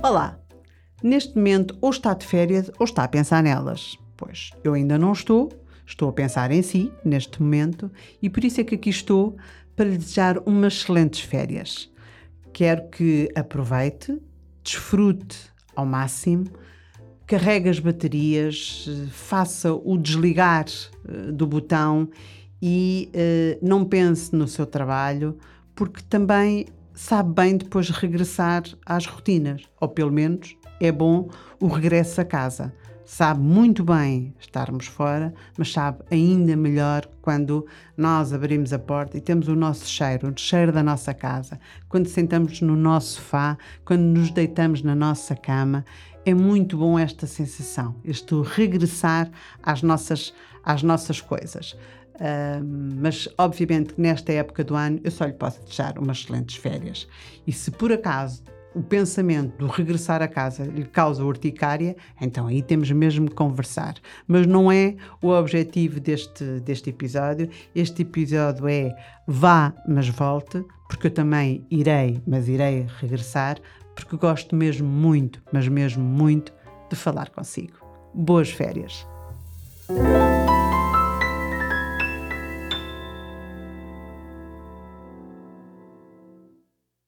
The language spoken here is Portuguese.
Olá! Neste momento ou está de férias ou está a pensar nelas. Pois, eu ainda não estou a pensar em si, neste momento, e por isso é que aqui estou para lhe desejar umas excelentes férias. Quero que aproveite, desfrute ao máximo, carregue as baterias, faça o desligar do botão e não pense no seu trabalho, porque também sabe bem depois regressar às rotinas, ou pelo menos é bom o regresso a casa. Sabe muito bem estarmos fora, mas sabe ainda melhor quando nós abrimos a porta e temos o nosso cheiro, o cheiro da nossa casa, quando sentamos no nosso sofá, quando nos deitamos na nossa cama. É muito bom esta sensação, este regressar às nossas coisas. Mas obviamente que nesta época do ano eu só lhe posso desejar umas excelentes férias. E se por acaso o pensamento do regressar a casa lhe causa urticária, então aí temos mesmo que conversar. Mas não é o objetivo deste episódio. Este episódio é vá, mas volte, porque eu também irei regressar, porque gosto mesmo muito, mas mesmo muito, de falar consigo. Boas férias!